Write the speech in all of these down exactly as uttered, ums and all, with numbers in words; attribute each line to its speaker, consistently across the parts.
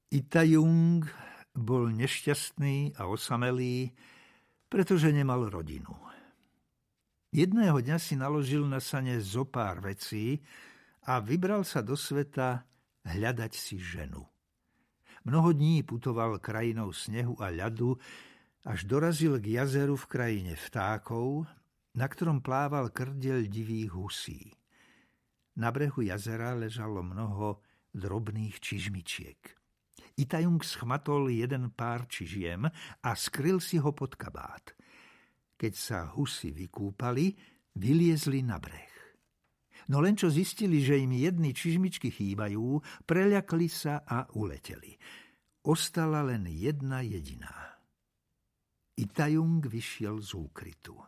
Speaker 1: Itajung bol nešťastný a osamelý, pretože nemal rodinu. Jedného dňa si naložil na sane zo pár vecí a vybral sa do sveta hľadať si ženu. Mnoho dní putoval krajinou snehu a ľadu, až dorazil k jazeru v krajine vtákov, na ktorom plával krdeľ divých husí. Na brehu jazera ležalo mnoho drobných čižmičiek. Itajung schmatol jeden pár čižiem a skryl si ho pod kabát. Keď sa husy vykúpali, vyliezli na breh. No len čo zistili, že im jedny čižmičky chýbajú, preľakli sa a uleteli. Ostala len jedna jediná. Itajung vyšiel z úkrytu.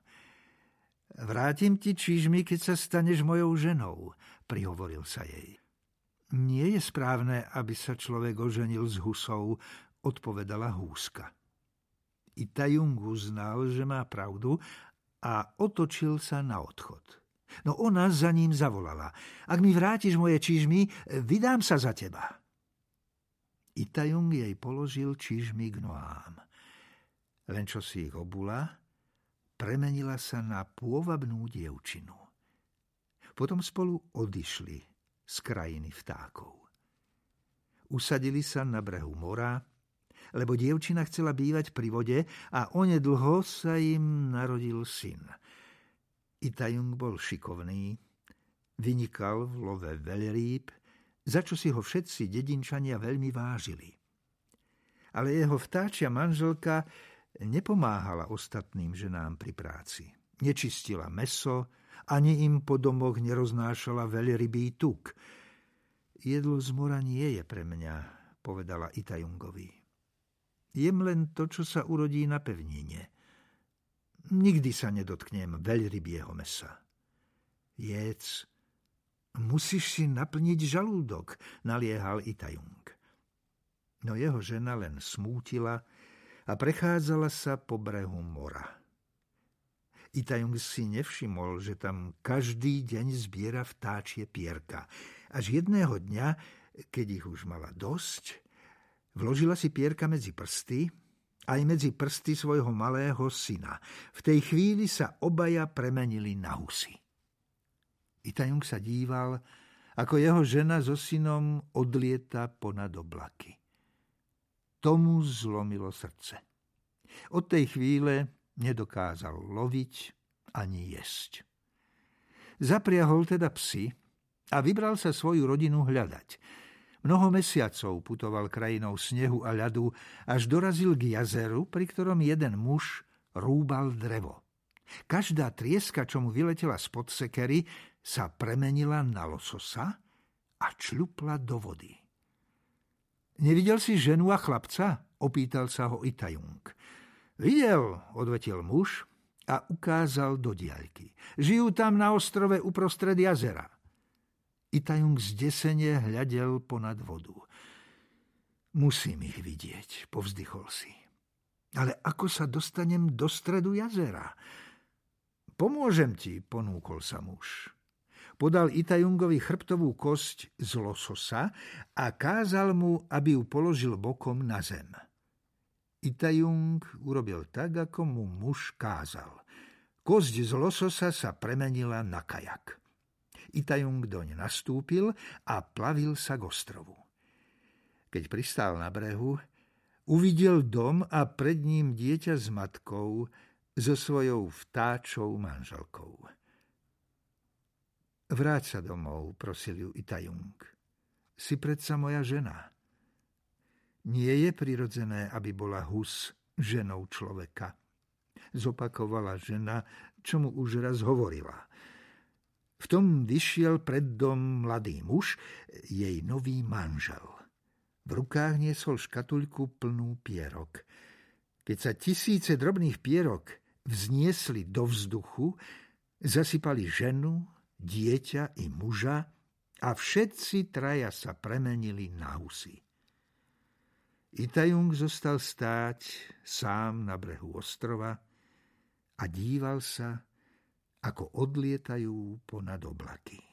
Speaker 1: Vrátim ti čižmy, keď sa staneš mojou ženou, prihovoril sa jej. Nie je správne, aby sa človek oženil s husou, odpovedala húska. Itajung uznal, že má pravdu a otočil sa na odchod. No ona za ním zavolala. Ak mi vrátiš moje čižmy, vydám sa za teba. Itajung jej položil čižmy k nohám. Len čo si ich obula, premenila sa na pôvabnú dievčinu. Potom spolu odišli z krajiny vtákov. Usadili sa na brehu mora, lebo dievčina chcela bývať pri vode a onedlho sa im narodil syn. Itajung bol šikovný, vynikal v love veľrýb, za čo si ho všetci dedinčania veľmi vážili. Ale jeho vtáčia manželka nepomáhala ostatným ženám pri práci. Nečistila mäso, ani im po domoch neroznášala veľrybý tuk. Jedlo z mora nie je pre mňa, povedala Itajungovi. Jem len to, čo sa urodí na pevnine. Nikdy sa nedotknem veľrybieho mäsa. Jedz, musíš si naplniť žalúdok, naliehal Itajung. No jeho žena len smútila a prechádzala sa po brehu mora. Itajung si nevšimol, že tam každý deň zbiera vtáčie pierka. Až jedného dňa, keď ich už mala dosť, vložila si pierka medzi prsty, aj medzi prsty svojho malého syna. V tej chvíli sa obaja premenili na husy. Itajung sa díval, ako jeho žena so synom odlieta ponad oblaky. Tomu zlomilo srdce. Od tej chvíle nedokázal loviť ani jesť. Zapriahol teda psy a vybral sa svoju rodinu hľadať. Mnoho mesiacov putoval krajinou snehu a ľadu, až dorazil k jazeru, pri ktorom jeden muž rúbal drevo. Každá trieska, čo mu vyletela spod sekery, sa premenila na lososa a čľupla do vody. Nevidel si ženu a chlapca? Opýtal sa ho Itajung. Videl, odvetil muž a ukázal do diaľky. Žijú tam na ostrove uprostred jazera. Itajung zdesene hľadel ponad vodu. Musím ich vidieť, povzdychol si. Ale ako sa dostanem do stredu jazera? Pomôžem ti, ponúkol sa muž. Podal Itajungovi chrbtovú kosť z lososa a kázal mu, aby ju položil bokom na zem. Itajung urobil tak, ako mu muž kázal. Kosť z lososa sa premenila na kajak. Itajung doň nastúpil a plavil sa k ostrovu. Keď pristál na brehu, uvidel dom a pred ním dieťa s matkou, so svojou vtáčou manželkou. Vráť sa domov, prosil ju Itajung. Si predsa moja žena. Nie je prirodzené, aby bola hus ženou človeka. Zopakovala žena, čo mu už raz hovorila. V tom vyšiel pred dom mladý muž, jej nový manžel. V rukách niesol škatuľku plnú pierok. Keď sa tisíce drobných pierok vzniesli do vzduchu, zasypali ženu, dieťa i muža a všetci traja sa premenili na husy. Itajung zostal stáť sám na brehu ostrova a díval sa, ako odlietajú ponad oblaky.